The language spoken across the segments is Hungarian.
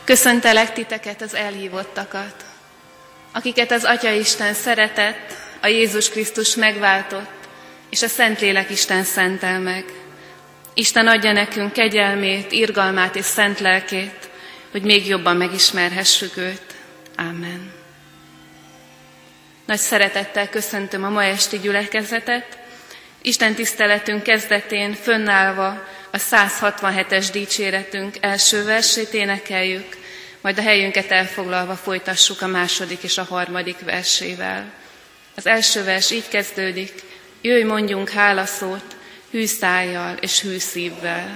Köszöntelek titeket, az elhívottakat, akiket az Atyaisten szeretett, a Jézus Krisztus megváltott, és a Szentlélek Isten szentel meg. Isten adja nekünk kegyelmét, irgalmát és szent lelkét, hogy még jobban megismerhessük őt. Ámen. Nagy szeretettel köszöntöm a ma esti gyülekezetet. Isten tiszteletünk kezdetén fönnállva a 167-es dicséretünk első versét énekeljük, majd a helyünket elfoglalva folytassuk a második és a harmadik versével. Az első vers így kezdődik: jöjj, mondjunk hálaszót, hű szájjal és hű szívvel.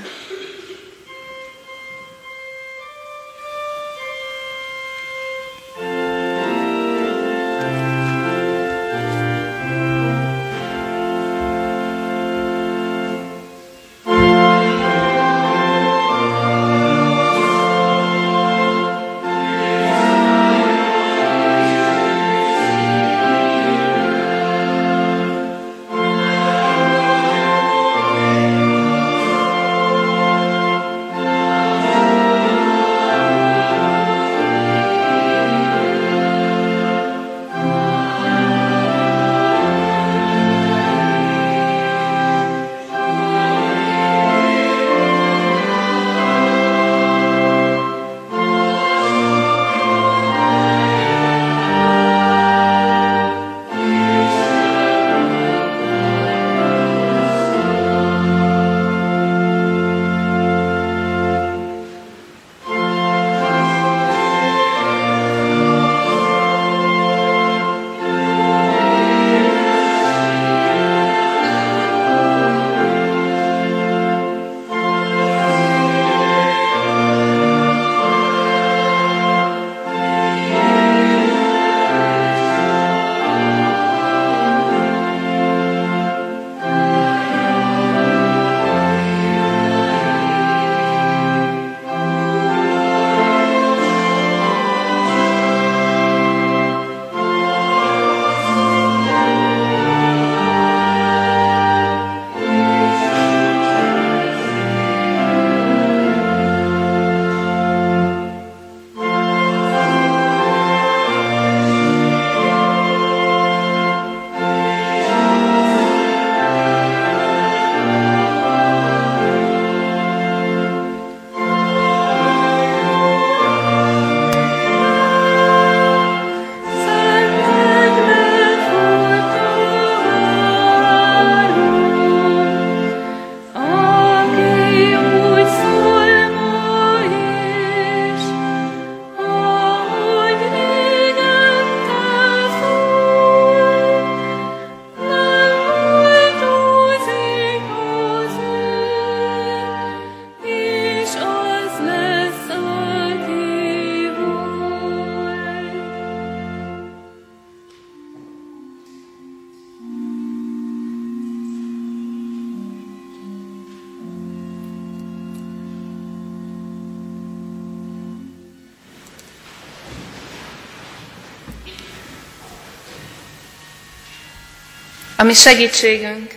A mi segítségünk,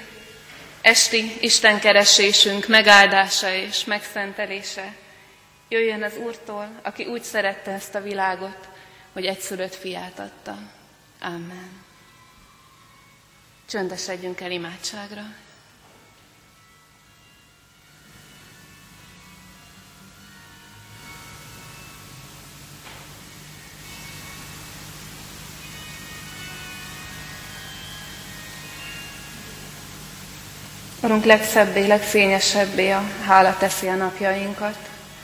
esti istenkeresésünk megáldása és megszentelése jöjjön az Úrtól, aki úgy szerette ezt a világot, hogy egyszülött fiát adta. Amen. Csöndesedjünk el imádságra. Urunk, legszebbé, legfényesebbé a hála teszi a napjainkat.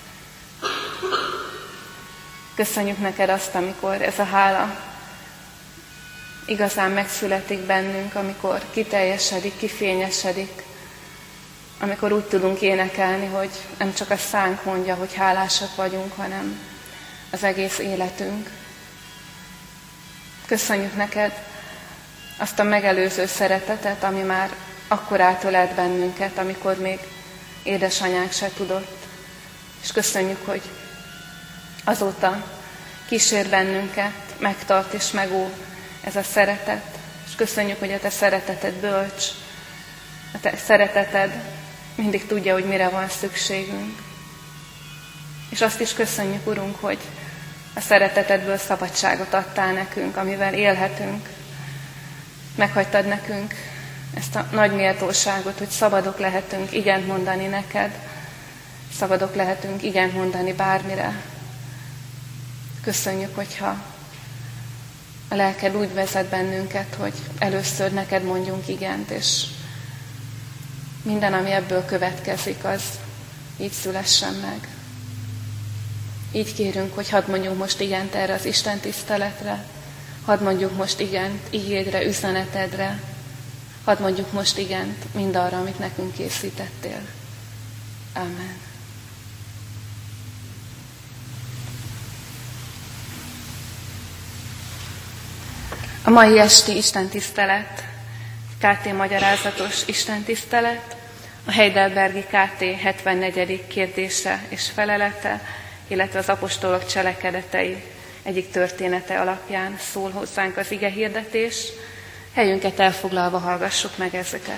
Köszönjük neked azt, amikor ez a hála igazán megszületik bennünk, amikor kiteljesedik, kifényesedik, amikor úgy tudunk énekelni, hogy nem csak a szánk mondja, hogy hálásak vagyunk, hanem az egész életünk. Köszönjük neked azt a megelőző szeretetet, ami már akkor átölelt bennünket, amikor még édesanyánk se tudott. És köszönjük, hogy azóta kísér bennünket, megtart és megóv ez a szeretet. És köszönjük, hogy a te szereteted bölcs, a te szereteted mindig tudja, hogy mire van szükségünk. És azt is köszönjük, Urunk, hogy a szeretetedből szabadságot adtál nekünk, amivel élhetünk. Meghagytad nekünk ezt a nagy méltóságot, hogy szabadok lehetünk igent mondani neked, szabadok lehetünk igent mondani bármire. Köszönjük, hogyha a lelked úgy vezet bennünket, hogy először neked mondjunk igent, és minden, ami ebből következik, az így szülessen meg. Így kérünk, hogy hadd mondjunk most igent erre az Isten tiszteletre, hadd mondjuk most igent igédre, üzenetedre, hadd mondjuk most igent mindarra, amit nekünk készítettél. Amen. A mai esti istentisztelet, KT magyarázatos istentisztelet, a Heidelbergi KT 74. kérdése és felelete, illetve az apostolok cselekedetei egyik története alapján szól hozzánk az ige hirdetés. Helyünket elfoglalva hallgassuk meg ezeket.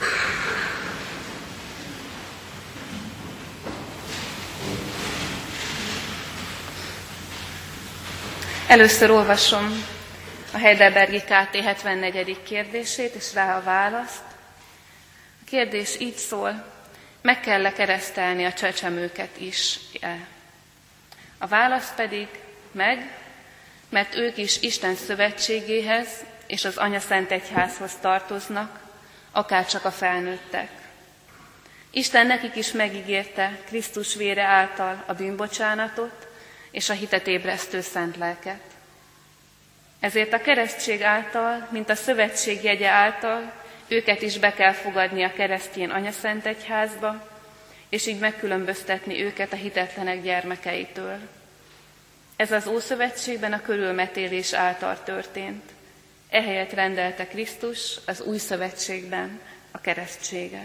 Először olvasom a Heidelbergi KT 74. kérdését, és rá a választ. A kérdés így szól: meg kell-e keresztelni a csecsemőket is? A válasz pedig meg, mert ők is Isten szövetségéhez és az Anyaszent Egyházhoz tartoznak, akárcsak a felnőttek. Isten nekik is megígérte Krisztus vére által a bűnbocsánatot és a hitet ébresztő szent lelket. Ezért a keresztség által, mint a szövetség jegye által, őket is be kell fogadni a keresztény Anyaszent Egyházba, és így megkülönböztetni őket a hitetlenek gyermekeitől. Ez az Ószövetségben a körülmetélés által történt. Ehelyett rendelte Krisztus az Új Szövetségben a keresztséget.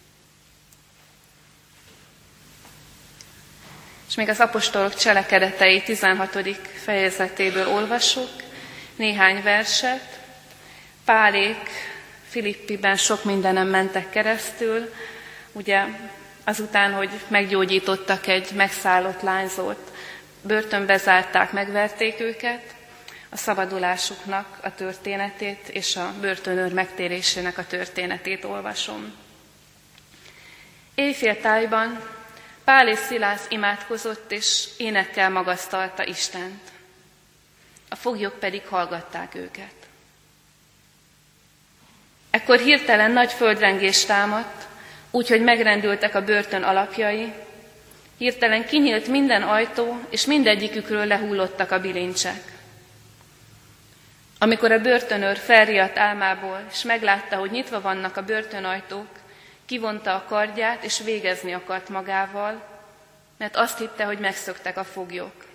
És még az apostolok cselekedetei 16. fejezetéből olvasok néhány verset. Pálék Filippiben sok mindenen mentek keresztül, ugye azután, hogy meggyógyítottak egy megszállott lányzót, börtönbe zárták, megverték őket, a szabadulásuknak a történetét és a börtönőr megtérésének a történetét olvasom. Éjféltájban Pál és Szilász imádkozott, és énekkel magasztalta Istent. A foglyok pedig hallgatták őket. Ekkor hirtelen nagy földrengés támadt, úgyhogy megrendültek a börtön alapjai, hirtelen kinyílt minden ajtó, és mindegyikükről lehullottak a bilincsek. Amikor a börtönőr felriadt álmából, és meglátta, hogy nyitva vannak a börtönajtók, kivonta a kardját, és végezni akart magával, mert azt hitte, hogy megszöktek a foglyok.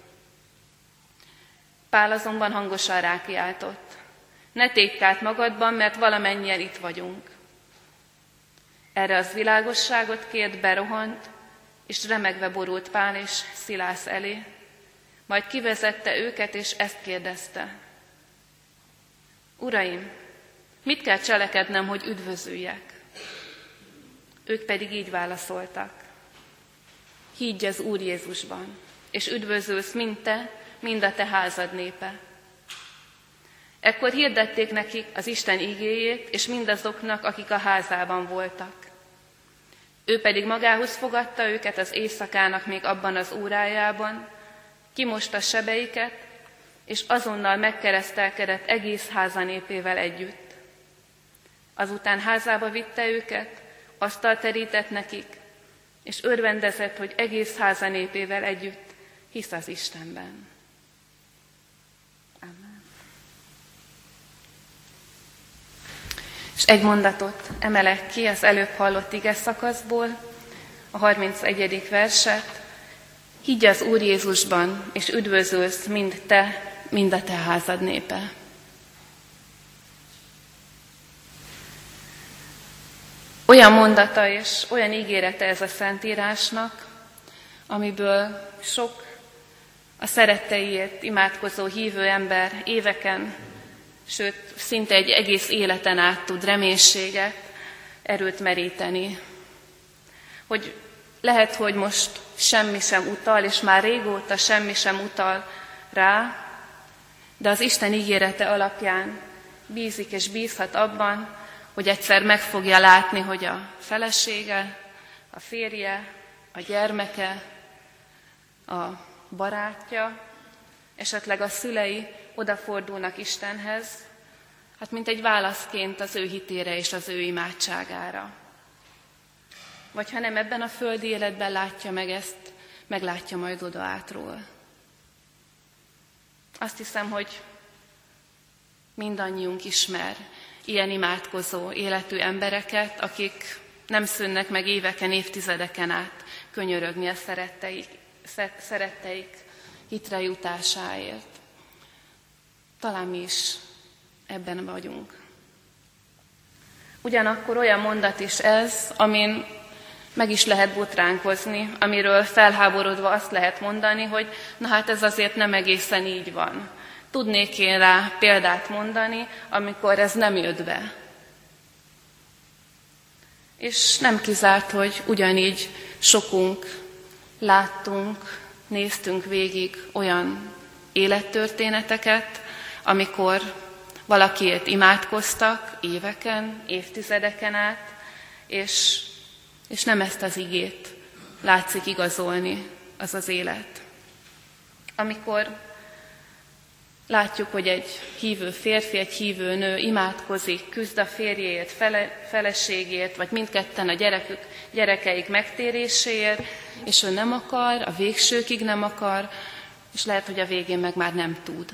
Pál azonban hangosan rákiáltott: ne tégy át magadban, mert valamennyien itt vagyunk. Erre az világosságot kért, berohant, és remegve borult Pál és Szilász elé, majd kivezette őket, és ezt kérdezte: Uraim, mit kell cselekednem, hogy üdvözüljek? Ők pedig így válaszoltak: higgy az Úr Jézusban, és üdvözülsz mind te, mind a te házad népe. Ekkor hirdették nekik az Isten igéjét, és mindazoknak, akik a házában voltak. Ő pedig magához fogadta őket az éjszakának még abban az órájában, kimosta sebeiket, és azonnal megkeresztelkedett egész háza népével együtt. Azután házába vitte őket, asztalt terített nekik, és örvendezett, hogy egész háza népével együtt hisz az Istenben. Amen. És egy mondatot emelek ki az előbb hallott ige szakaszból, a 31. verset. Higgy az Úr Jézusban, és üdvözülsz mind te, mind a te házad népe. Olyan mondata és olyan ígérete ez a Szentírásnak, amiből sok a szeretteiért imádkozó hívő ember éveken, sőt, szinte egy egész életen át tud reménységet, erőt meríteni. Hogy lehet, hogy most semmi sem utal, és már régóta semmi sem utal rá, de az Isten ígérete alapján bízik és bízhat abban, hogy egyszer meg fogja látni, hogy a felesége, a férje, a gyermeke, a barátja, esetleg a szülei odafordulnak Istenhez, hát mint egy válaszként az ő hitére és az ő imádságára. Vagy ha nem ebben a földi életben látja meg ezt, meglátja majd oda átról. Azt hiszem, hogy mindannyiunk ismer ilyen imádkozó életű embereket, akik nem szűnnek meg éveken, évtizedeken át könyörögni a szeretteik hitre jutásáért. Talán mi is ebben vagyunk. Ugyanakkor olyan mondat is ez, amin meg is lehet botránkozni, amiről felháborodva azt lehet mondani, hogy na hát ez azért nem egészen így van. Tudnék én rá példát mondani, amikor ez nem jött be. És nem kizárt, hogy ugyanígy sokunk láttunk, néztünk végig olyan élettörténeteket, amikor valakiért imádkoztak éveken, évtizedeken át, és nem ezt az igét látszik igazolni az az élet. Amikor látjuk, hogy egy hívő férfi, egy hívő nő imádkozik, küzd a férjéért, feleségért, vagy mindketten a gyerekeik megtéréséért, és ő nem akar, a végsőkig nem akar, és lehet, hogy a végén meg már nem tud.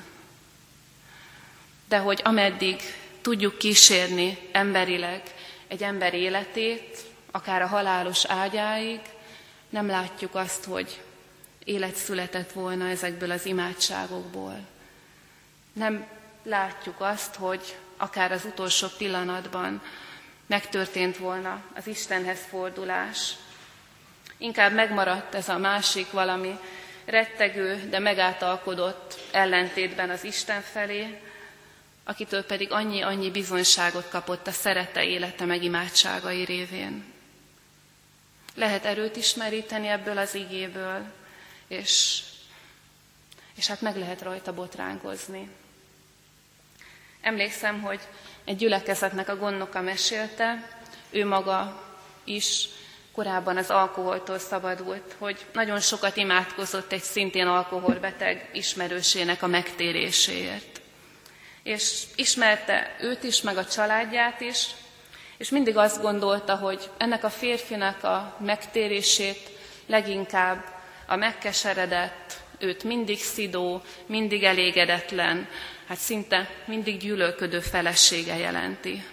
De hogy ameddig tudjuk kísérni emberileg egy ember életét, akár a halálos ágyáig, nem látjuk azt, hogy élet született volna ezekből az imádságokból. Nem látjuk azt, hogy akár az utolsó pillanatban megtörtént volna az Istenhez fordulás. Inkább megmaradt ez a másik valami rettegő, de megátalkodott ellentétben az Isten felé, akitől pedig annyi bizonyságot kapott a szerete élete meg imádságai révén. Lehet erőt ismeríteni ebből az igéből, és hát meg lehet rajta botránkozni. Emlékszem, hogy egy gyülekezetnek a gondnoka mesélte, ő maga is korábban az alkoholtól szabadult, hogy nagyon sokat imádkozott egy szintén alkoholbeteg ismerősének a megtéréséért. És ismerte őt is, meg a családját is, és mindig azt gondolta, hogy ennek a férfinak a megtérését leginkább a megkeseredett, őt mindig szidó, mindig elégedetlen, hát szinte mindig gyűlölködő felesége jelenti.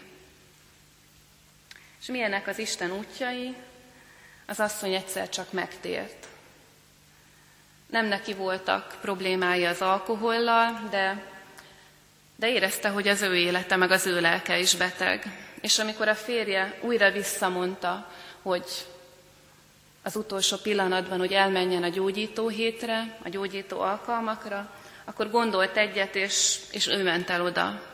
És milyenek az Isten útjai? Az asszony egyszer csak megtért. Nem neki voltak problémái az alkohollal, de érezte, hogy az ő élete, meg az ő lelke is beteg. És amikor a férje újra visszamondta, hogy az utolsó pillanatban, hogy elmenjen a gyógyító hétre, a gyógyító alkalmakra, akkor gondolt egyet, és ő ment el oda.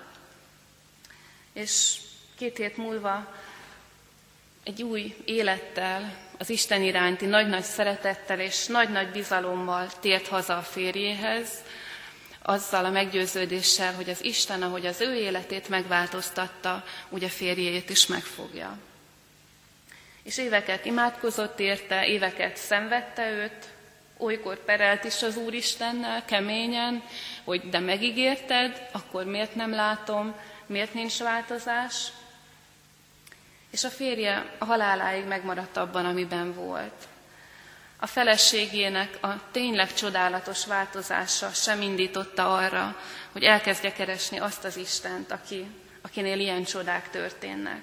És 2 hét múlva egy új élettel, az Isten iránti nagy-nagy szeretettel és nagy-nagy bizalommal tért haza a férjéhez, azzal a meggyőződéssel, hogy az Isten, ahogy az ő életét megváltoztatta, úgy a férjét is megfogja. És éveket imádkozott érte, éveket szenvedte őt, olykor perelt is az Úristennel keményen, hogy de megígérted, akkor miért nem látom, miért nincs változás? És a férje a haláláig megmaradt abban, amiben volt. A feleségének a tényleg csodálatos változása sem indította arra, hogy elkezdje keresni azt az Istent, akinél ilyen csodák történnek.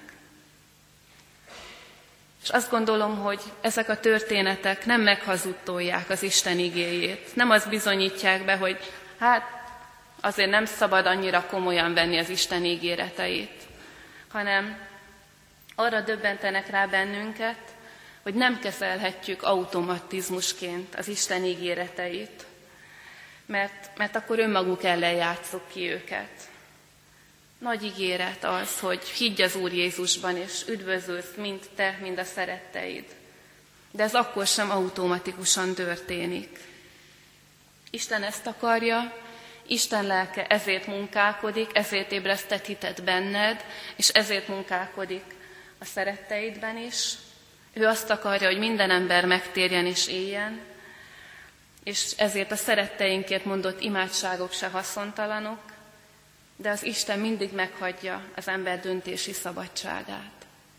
És azt gondolom, hogy ezek a történetek nem meghazudtolják az Isten igéjét. Nem azt bizonyítják be, hogy hát azért nem szabad annyira komolyan venni az Isten ígéreteit, hanem arra döbbentenek rá bennünket, hogy nem kezelhetjük automatizmusként az Isten ígéreteit, mert akkor önmaguk ellen játsszuk ki őket. Nagy ígéret az, hogy higgy az Úr Jézusban, és üdvözülsz mind te, mind a szeretteid. de ez akkor sem automatikusan történik. Isten ezt akarja, Isten lelke ezért munkálkodik, ezért ébresztett hitet benned, és ezért munkálkodik a szeretteidben is. Ő azt akarja, hogy minden ember megtérjen és éljen, és ezért a szeretteinkért mondott imádságok se haszontalanok, de az Isten mindig meghagyja az ember döntési szabadságát.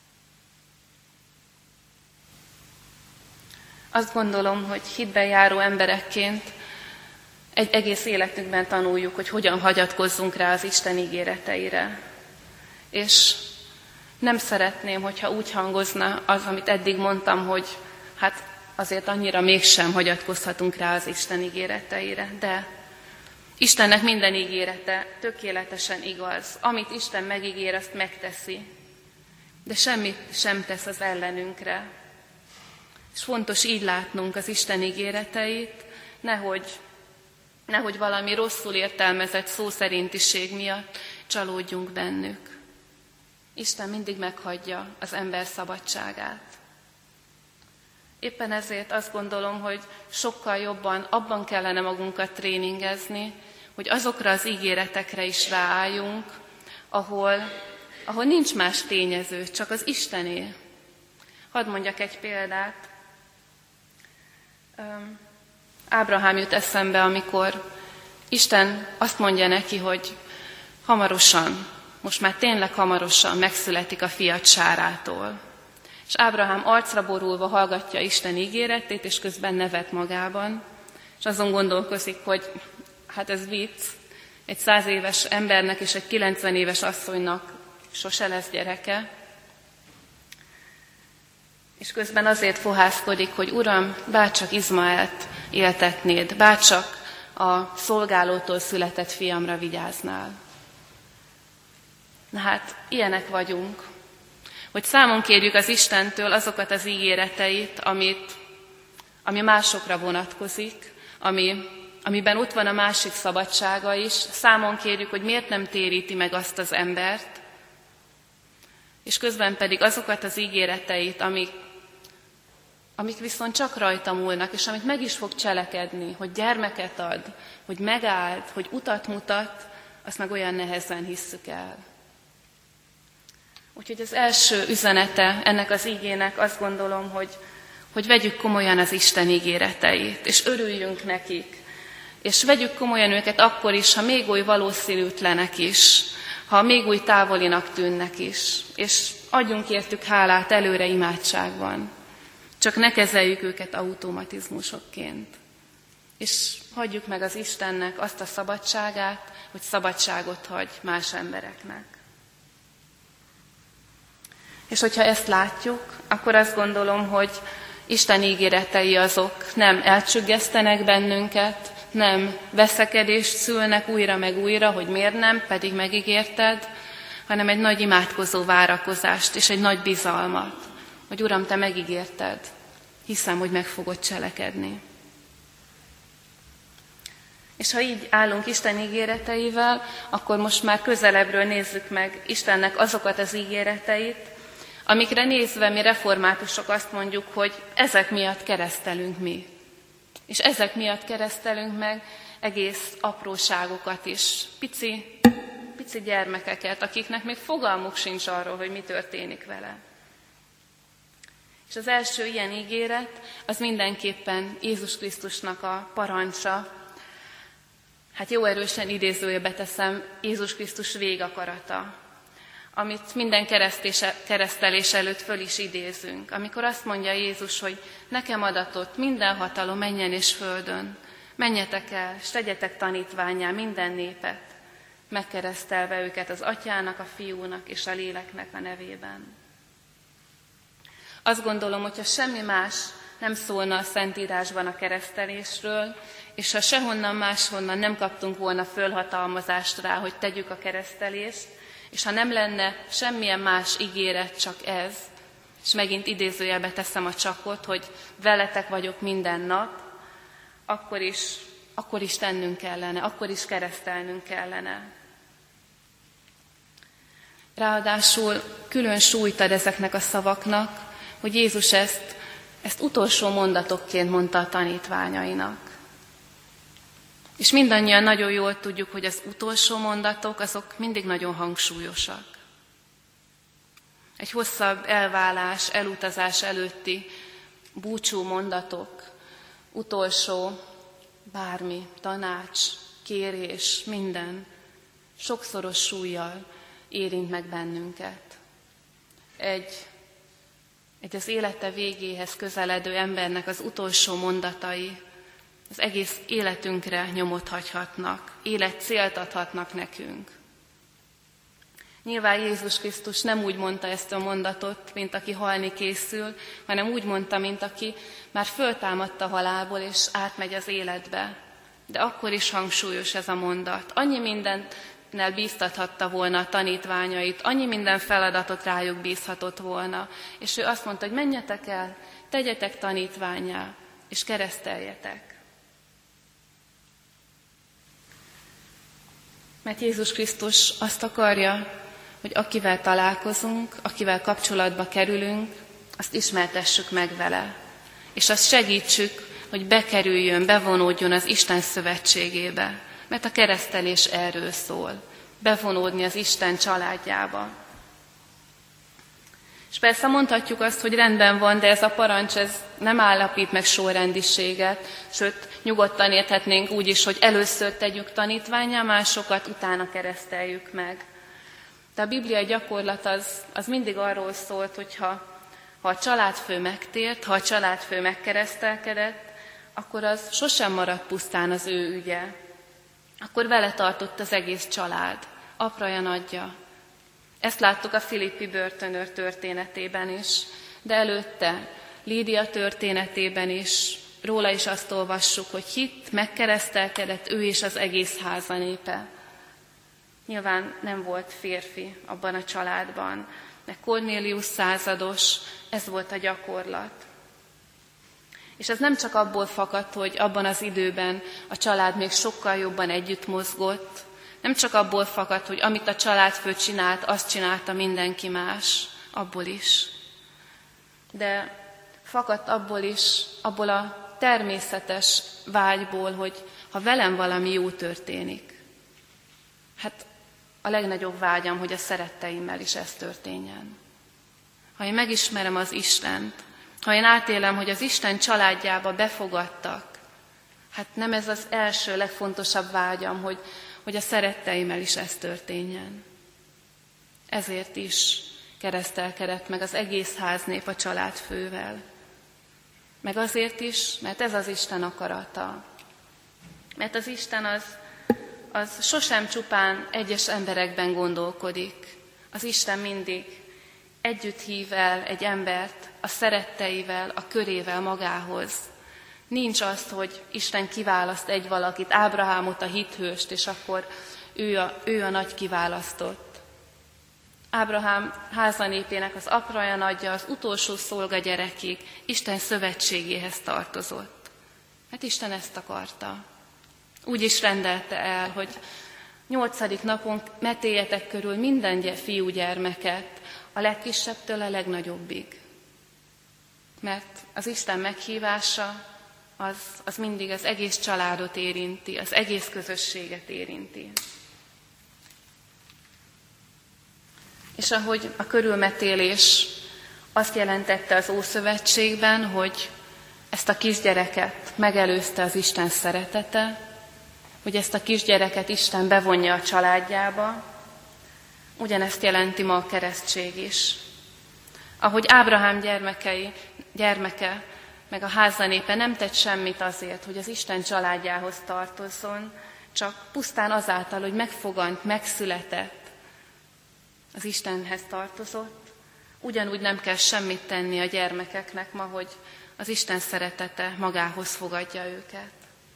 Azt gondolom, hogy hitben járó emberekként egy egész életünkben tanuljuk, hogy hogyan hagyatkozzunk rá az Isten ígéreteire. És nem szeretném, hogyha úgy hangozna az, amit eddig mondtam, hogy hát azért annyira mégsem hagyatkozhatunk rá az Isten ígéreteire, de Istennek minden ígérete tökéletesen igaz. Amit Isten megígér, azt megteszi, de semmit sem tesz az ellenünkre. És fontos így látnunk az Isten ígéreteit, nehogy valami rosszul értelmezett szószerintiség miatt csalódjunk bennük. Isten mindig meghagyja az ember szabadságát. Éppen ezért azt gondolom, hogy sokkal jobban abban kellene magunkat tréningezni, hogy azokra az ígéretekre is ráálljunk, ahol nincs más tényező, csak az Istené. Hadd mondjak egy példát. Ábrahám jut eszembe, amikor Isten azt mondja neki, hogy hamarosan, most már tényleg hamarosan megszületik a fiad Sárától. És Ábrahám arcra borulva hallgatja Isten ígéretét, és közben nevet magában, és azon gondolkozik, hogy hát ez vicc, egy 100 éves embernek és egy 90 éves asszonynak sose lesz gyereke. És közben azért fohászkodik, hogy Uram, bárcsak Izmaelt éltetnéd, bárcsak a szolgálótól született fiamra vigyáznál. Na hát, ilyenek vagyunk, hogy számon kérjük az Istentől azokat az ígéreteit, ami másokra vonatkozik, amiben ott van a másik szabadsága is, számon kérjük, hogy miért nem téríti meg azt az embert, és közben pedig azokat az ígéreteit, amik viszont csak rajta múlnak, és amit meg is fog cselekedni, hogy gyermeket ad, hogy megáld, hogy utat mutat, azt meg olyan nehezen hisszük el. Úgyhogy az első üzenete ennek az igének azt gondolom, hogy vegyük komolyan az Isten ígéreteit, és örüljünk nekik, és vegyük komolyan őket akkor is, ha még oly valószínűtlenek is, ha még új távolinak tűnnek is, és adjunk értük hálát előre imádságban. Csak ne kezeljük őket automatizmusokként. És hagyjuk meg az Istennek azt a szabadságát, hogy szabadságot hagy más embereknek. És hogyha ezt látjuk, akkor azt gondolom, hogy Isten ígéretei azok nem elcsüggesztenek bennünket, nem veszekedést szülnek újra meg újra, hogy miért nem, pedig megígérted, hanem egy nagy imádkozó várakozást és egy nagy bizalmat, hogy Uram, Te megígérted, hiszem, hogy meg fogod cselekedni. És ha így állunk Isten ígéreteivel, akkor most már közelebbről nézzük meg Istennek azokat az ígéreteit, amikre nézve mi reformátusok azt mondjuk, hogy ezek miatt keresztelünk mi. És ezek miatt keresztelünk meg egész apróságokat is, pici gyermekeket, akiknek még fogalmuk sincs arról, hogy mi történik vele. És az első ilyen ígéret, az mindenképpen Jézus Krisztusnak a parancsa, hát jó erősen idézőjelbe teszem, Jézus Krisztus végakarata, amit minden keresztelés előtt föl is idézünk. Amikor azt mondja Jézus, hogy nekem adatott minden hatalom mennyen és földön, menjetek el, és tegyetek tanítvánnyá minden népet, megkeresztelve őket az Atyának, a Fiúnak és a Léleknek a nevében. Azt gondolom, hogyha semmi más nem szólna a Szentírásban a keresztelésről, és ha sehonnan máshonnan nem kaptunk volna fölhatalmazást rá, hogy tegyük a keresztelést, és ha nem lenne semmilyen más ígéret, csak ez, és megint idézőjelbe teszem a csakot, hogy veletek vagyok minden nap, akkor is tennünk kellene, akkor is keresztelnünk kellene. Ráadásul külön súlyt ad ezeknek a szavaknak, hogy Jézus ezt ezt utolsó mondatokként mondta a tanítványainak. És mindannyian nagyon jól tudjuk, hogy az utolsó mondatok azok mindig nagyon hangsúlyosak. Egy hosszabb elválás, elutazás előtti búcsú mondatok, utolsó bármi, tanács, kérés, minden sokszoros súllyal érint meg bennünket. Egy az élete végéhez közeledő embernek az utolsó mondatai az egész életünkre nyomot hagyhatnak, életcélt adhatnak nekünk. Nyilván Jézus Krisztus nem úgy mondta ezt a mondatot, mint aki halni készül, hanem úgy mondta, mint aki már föltámadt a halálból és átmegy az életbe. De akkor is hangsúlyos ez a mondat. Annyi mindennel bíztathatta volna a tanítványait, annyi minden feladatot rájuk bízhatott volna. És ő azt mondta, hogy menjetek el, tegyetek tanítvánnyá, és kereszteljetek. Mert Jézus Krisztus azt akarja, hogy akivel találkozunk, akivel kapcsolatba kerülünk, azt ismertessük meg vele. És azt segítsük, hogy bekerüljön, bevonódjon az Isten szövetségébe. Mert a keresztelés erről szól. Bevonódni az Isten családjába. És persze mondhatjuk azt, hogy rendben van, de ez a parancs ez nem állapít meg sorrendiséget, sőt, nyugodtan érthetnénk úgy is, hogy először tegyük tanítvánnyá, másokat utána kereszteljük meg. De a bibliai gyakorlat az mindig arról szólt, hogy ha a családfő megtért, ha a családfő megkeresztelkedett, akkor az sosem maradt pusztán az ő ügye. Akkor vele tartott az egész család, apraja, nagyja. Ezt láttuk a filippi börtönőr történetében is, de előtte Lídia történetében is, róla is azt olvassuk, hogy hitt, megkeresztelkedett ő és az egész háza népe. Nyilván nem volt férfi abban a családban, de Kornélius százados, ez volt a gyakorlat. És ez nem csak abból fakadt, hogy abban az időben a család még sokkal jobban együtt mozgott, nem csak abból fakadt, hogy amit a családfő csinált, azt csinálta mindenki más, abból is. De fakadt abból is, abból a természetes vágyból, hogy ha velem valami jó történik, hát a legnagyobb vágyam, hogy a szeretteimmel is ez történjen. Ha én megismerem az Istent, ha én átélem, hogy az Isten családjába befogadtak, hát nem ez az első, legfontosabb vágyam, hogy a szeretteimmel is ez történjen. Ezért is keresztelkedett meg az egész háznép a családfővel. Meg azért is, mert ez az Isten akarata. Mert az Isten az sosem csupán egyes emberekben gondolkodik. Az Isten mindig együtt hív el egy embert a szeretteivel, a körével magához. Nincs az, hogy Isten kiválaszt egy valakit, Ábrahámot, a hithőst, és akkor ő a nagy kiválasztott. Ábrahám házanépének az apraja nagyja, az utolsó szolga gyerekig Isten szövetségéhez tartozott. Hát Isten ezt akarta. Úgy is rendelte el, hogy 8. napon metéljetek körül minden fiúgyermeket, a legkisebbtől a legnagyobbig. Mert az Isten meghívása az mindig az egész családot érinti, az egész közösséget érinti. És ahogy a körülmetélés azt jelentette az Ószövetségben, hogy ezt a kisgyereket megelőzte az Isten szeretete, hogy ezt a kisgyereket Isten bevonja a családjába, ugyanezt jelenti ma a keresztség is. Ahogy Ábrahám gyermeke, meg a házanépe nem tett semmit azért, hogy az Isten családjához tartozzon, csak pusztán azáltal, hogy megfogant, megszületett, az Istenhez tartozott, ugyanúgy nem kell semmit tenni a gyermekeknek ma, hogy az Isten szeretete magához fogadja őket.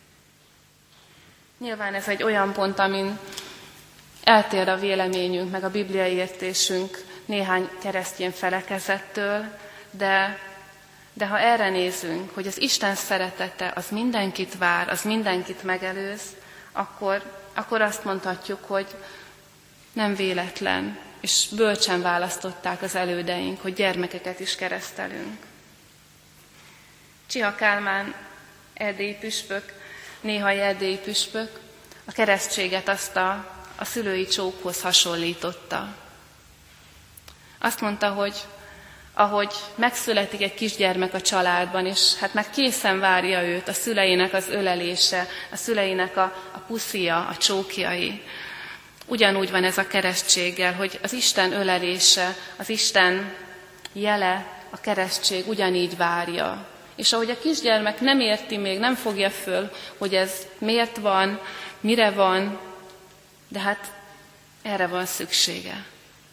Nyilván ez egy olyan pont, amin eltér a véleményünk, meg a bibliai értésünk néhány keresztény felekezettől, de ha erre nézünk, hogy az Isten szeretete az mindenkit vár, az mindenkit megelőz, akkor azt mondhatjuk, hogy nem véletlen, és bölcsen választották az elődeink, hogy gyermekeket is keresztelünk. Csiha Kálmán erdélyi püspök, néhai erdélyi püspök a keresztséget azt a szülői csókhoz hasonlította. Azt mondta, hogy ahogy megszületik egy kisgyermek a családban, és hát meg készen várja őt a szüleinek az ölelése, a szüleinek a puszia, a csókjai. Ugyanúgy van ez a keresztséggel, hogy az Isten ölelése, az Isten jele, a keresztség ugyanígy várja. És ahogy a kisgyermek nem érti még, nem fogja föl, hogy ez miért van, mire van, de hát erre van szüksége.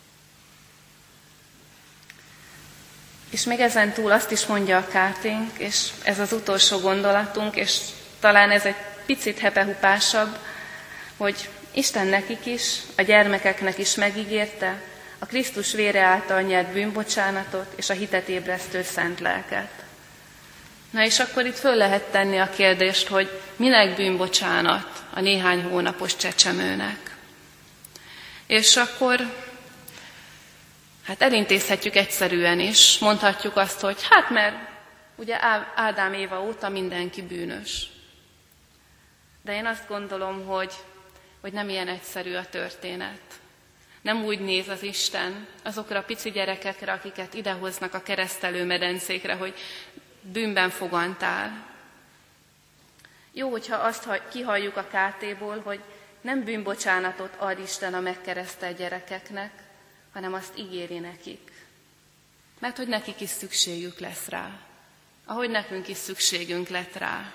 És még ezen túl azt is mondja a káténk, és ez az utolsó gondolatunk, és talán ez egy picit hepehupásabb, hogy Isten nekik is, a gyermekeknek is megígérte a Krisztus vére által nyert bűnbocsánatot és a hitet ébresztő szent lelket. Na és akkor itt föl lehet tenni a kérdést, hogy minek bűnbocsánat a néhány hónapos csecsemőnek. És akkor hát elintézhetjük egyszerűen is, mondhatjuk azt, hogy hát mert ugye Ádám Éva óta mindenki bűnös. De én azt gondolom, hogy nem ilyen egyszerű a történet. Nem úgy néz az Isten azokra a pici gyerekekre, akiket idehoznak a keresztelő medencékre, hogy bűnben fogantál. Jó, hogyha azt kihalljuk a KT-ból, hogy nem bűnbocsánatot ad Isten a megkeresztelt gyerekeknek, hanem azt ígéri nekik. Mert hogy nekik is szükségük lesz rá. Ahogy nekünk is szükségünk lett rá.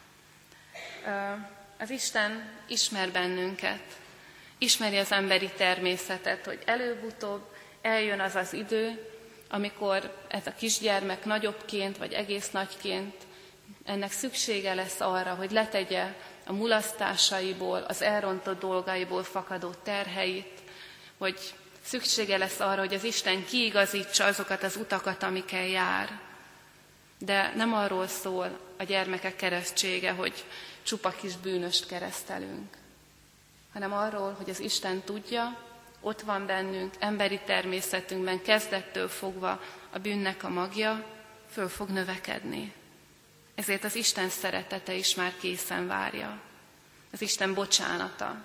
Az Isten ismer bennünket, ismeri az emberi természetet, hogy előbb-utóbb eljön az az idő, amikor ez a kisgyermek nagyobbként, vagy egész nagyként ennek szüksége lesz arra, hogy letegye a mulasztásaiból, az elrontott dolgaiból fakadó terheit, hogy szüksége lesz arra, hogy az Isten kiigazítsa azokat az utakat, amikkel jár. De nem arról szól a gyermekek keresztsége, hogy csupa kis bűnöst keresztelünk, hanem arról, hogy az Isten tudja, ott van bennünk, emberi természetünkben kezdettől fogva a bűnnek a magja, föl fog növekedni. Ezért az Isten szeretete is már készen várja. Az Isten bocsánata.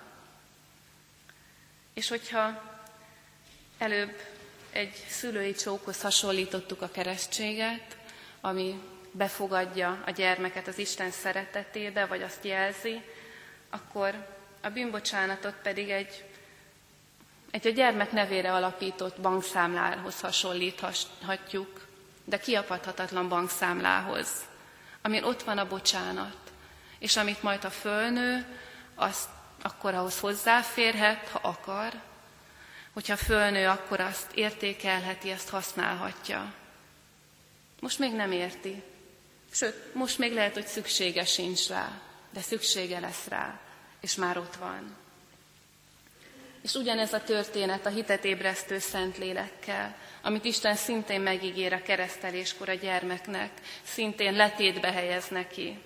És hogyha előbb egy szülői csókhoz hasonlítottuk a keresztséget, ami befogadja a gyermeket az Isten szeretetébe, vagy azt jelzi, akkor a bűnbocsánatot pedig egy a gyermek nevére alapított bankszámlához hasonlíthatjuk, de kiapadhatatlan bankszámlához, amin ott van a bocsánat, és amit majd a fölnő, akkor ahhoz hozzáférhet, ha akar, hogyha fölnő, akkor azt értékelheti, ezt használhatja. Most még nem érti, sőt, most még lehet, hogy szüksége sincs rá, de szüksége lesz rá, és már ott van. És ugyanez a történet a hitet ébresztő Szentlélekkel, amit Isten szintén megígér a kereszteléskor a gyermeknek, szintén letétbe helyez neki.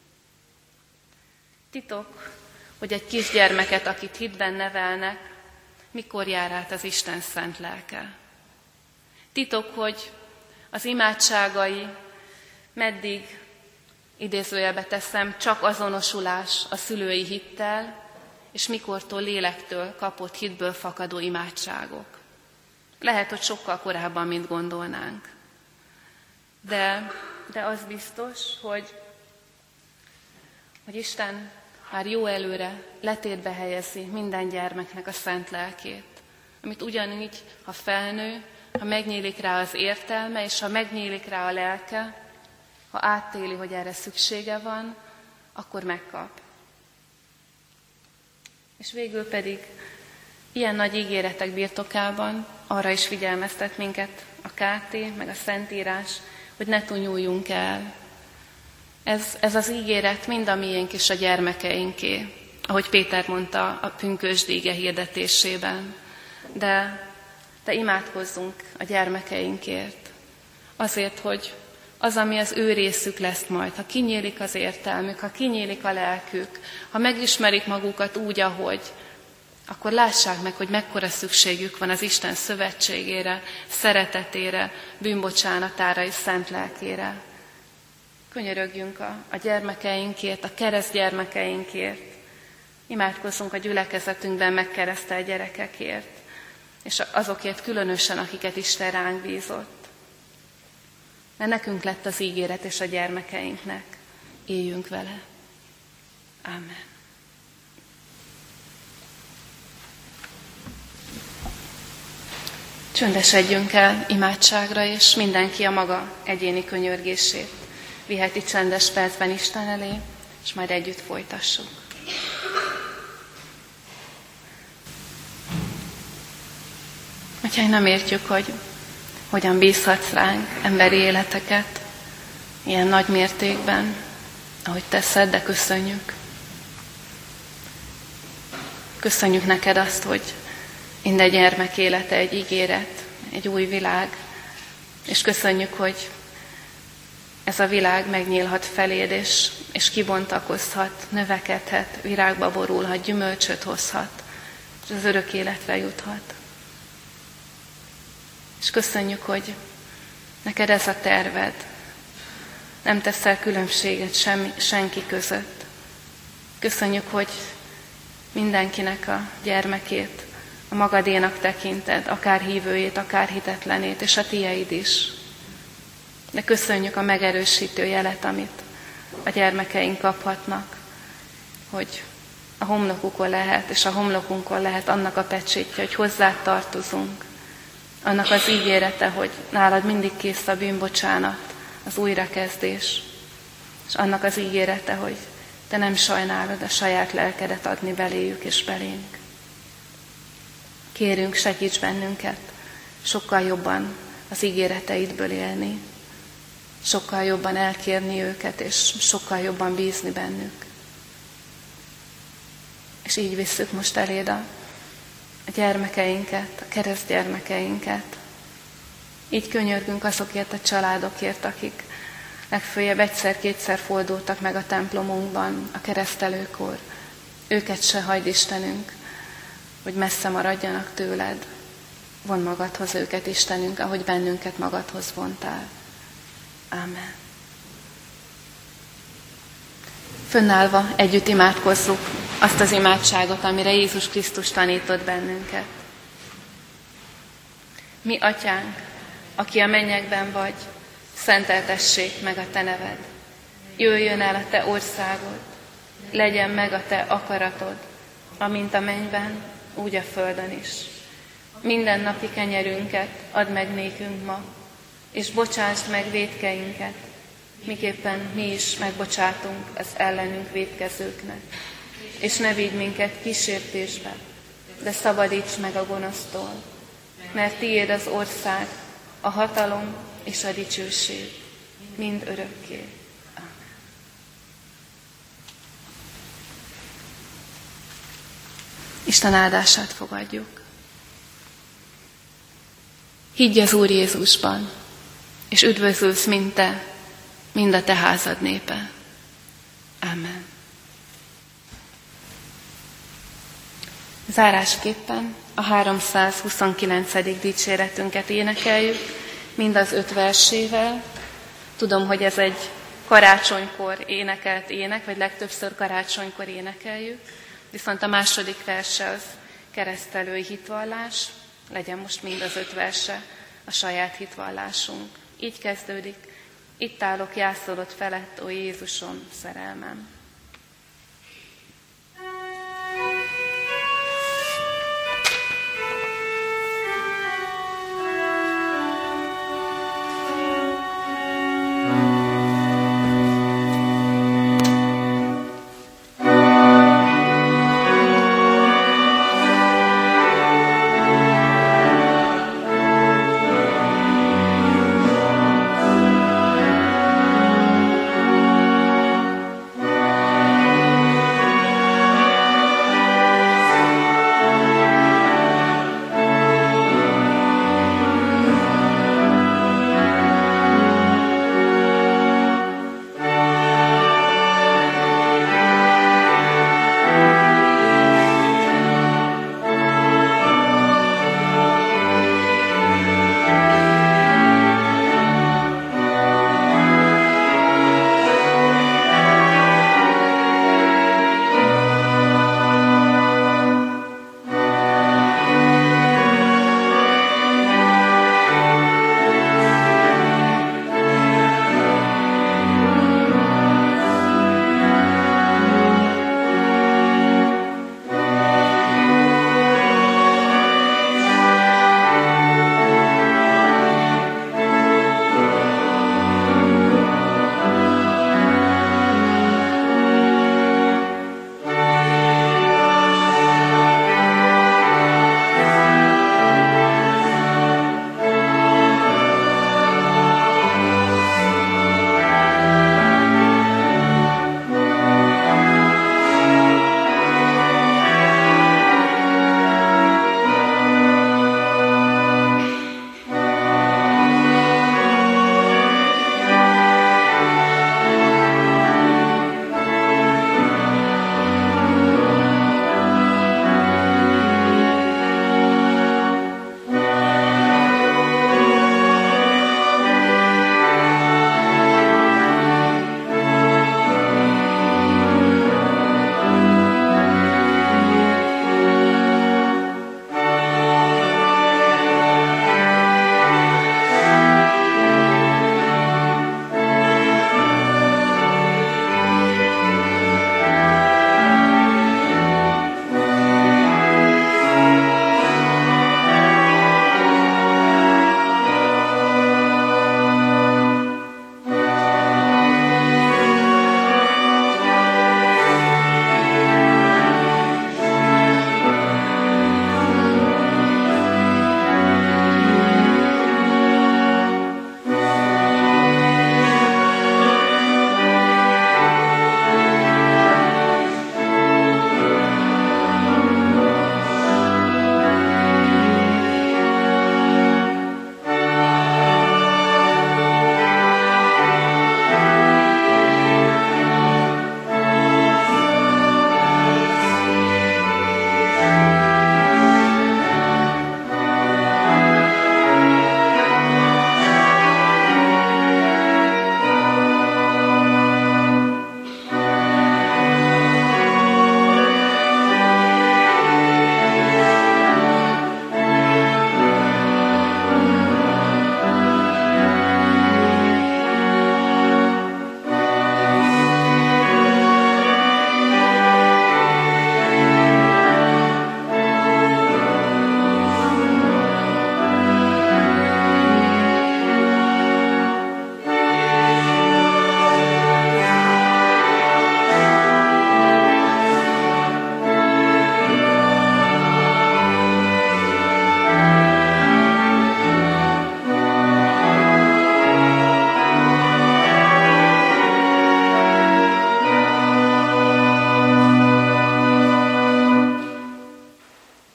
Titok, hogy egy kisgyermeket, akit hitben nevelnek, mikor jár át az Isten szent lelke. Titok, hogy az imádságai meddig, idézőjelbe teszem, csak azonosulás a szülői hittel, és mikortól lélektől kapott hitből fakadó imádságok. Lehet, hogy sokkal korábban, mint gondolnánk. De az biztos, hogy Isten már jó előre letétbe helyezi minden gyermeknek a szent lelkét, amit ugyanígy, ha felnő, ha megnyílik rá az értelme, és ha megnyílik rá a lelke, ha átéli, hogy erre szüksége van, akkor megkap. És végül pedig ilyen nagy ígéretek birtokában arra is figyelmeztet minket a KT, meg a Szentírás, hogy ne túlnyúljunk el. Ez az ígéret mind a miénk és a gyermekeinké, ahogy Péter mondta a pünkösdi ige hirdetésében. De imádkozzunk a gyermekeinkért. Azért, hogy az, ami az ő részük lesz majd, ha kinyílik az értelmük, ha kinyílik a lelkük, ha megismerik magukat úgy, ahogy, akkor lássák meg, hogy mekkora szükségük van az Isten szövetségére, szeretetére, bűnbocsánatára és szent lelkére. Könyörögjünk a gyermekeinkért, a keresztgyermekeinkért. Imádkozzunk a gyülekezetünkben megkeresztelt gyerekekért, és azokért különösen, akiket Isten ránk bízott. Mert nekünk lett az ígéret, és a gyermekeinknek. Éljünk vele. Amen. Csöndesedjünk el imádságra, és mindenki a maga egyéni könyörgését viheti csendes percben Isten elé, és majd együtt folytassuk. Hogyha nem értjük, hogy hogyan bízhatsz ránk emberi életeket ilyen nagy mértékben, ahogy teszed, de köszönjük. Köszönjük neked azt, hogy minden gyermek élete egy ígéret, egy új világ, és köszönjük, hogy ez a világ megnyílhat feléd, és kibontakozhat, növekedhet, virágba borulhat, gyümölcsöt hozhat, és az örök életre juthat. És köszönjük, hogy neked ez a terved. Nem teszel különbséget senki között. Köszönjük, hogy mindenkinek a gyermekét a magadénak tekinted, akár hívőjét, akár hitetlenét, és a tieid is. De köszönjük a megerősítő jelet, amit a gyermekeink kaphatnak, hogy a homlokukon lehet, és a homlokunkon lehet annak a pecsétje, hogy hozzád tartozunk. Annak az ígérete, hogy nálad mindig kész a bűnbocsánat, az újrakezdés. És annak az ígérete, hogy te nem sajnálod a saját lelkedet adni beléjük és belénk. Kérünk, segíts bennünket sokkal jobban az ígéreteidből élni, sokkal jobban elkérni őket, és sokkal jobban bízni bennük. És így visszük most eléd a gyermekeinket, a keresztgyermekeinket. Így könyörgünk azokért a családokért, akik legföljebb egyszer-kétszer fordultak meg a templomunkban a keresztelőkor. Őket se hagyd, Istenünk, hogy messze maradjanak tőled. Vondd magadhoz őket, Istenünk, ahogy bennünket magadhoz vontál. Ámen. Fönnállva együtt imádkozzuk azt az imádságot, amire Jézus Krisztus tanított bennünket. Mi, Atyánk, aki a mennyekben vagy, szenteltessék meg a te neved. Jöjjön el a te országod, legyen meg a te akaratod, amint a mennyben, úgy a földön is. Minden napi kenyerünket add meg nékünk ma, és bocsásd meg vétkeinket, miképpen mi is megbocsátunk az ellenünk vétkezőknek. És ne vigy minket kísértésbe, de szabadíts meg a gonosztól, mert tiéd az ország, a hatalom és a dicsőség, mind örökké. Amen. Isten áldását fogadjuk. Higgy az Úr Jézusban, és üdvözülsz mind te, mind a te házad népe. Amen. Zárásképpen a 329. dicséretünket énekeljük, mind az 5 versével. Tudom, hogy ez egy karácsonykor énekelt ének, vagy legtöbbször karácsonykor énekeljük, viszont a második verse az keresztelői hitvallás, legyen most mind az 5 verse a saját hitvallásunk. Így kezdődik: itt állok jászolod felett, ó Jézusom, szerelmem.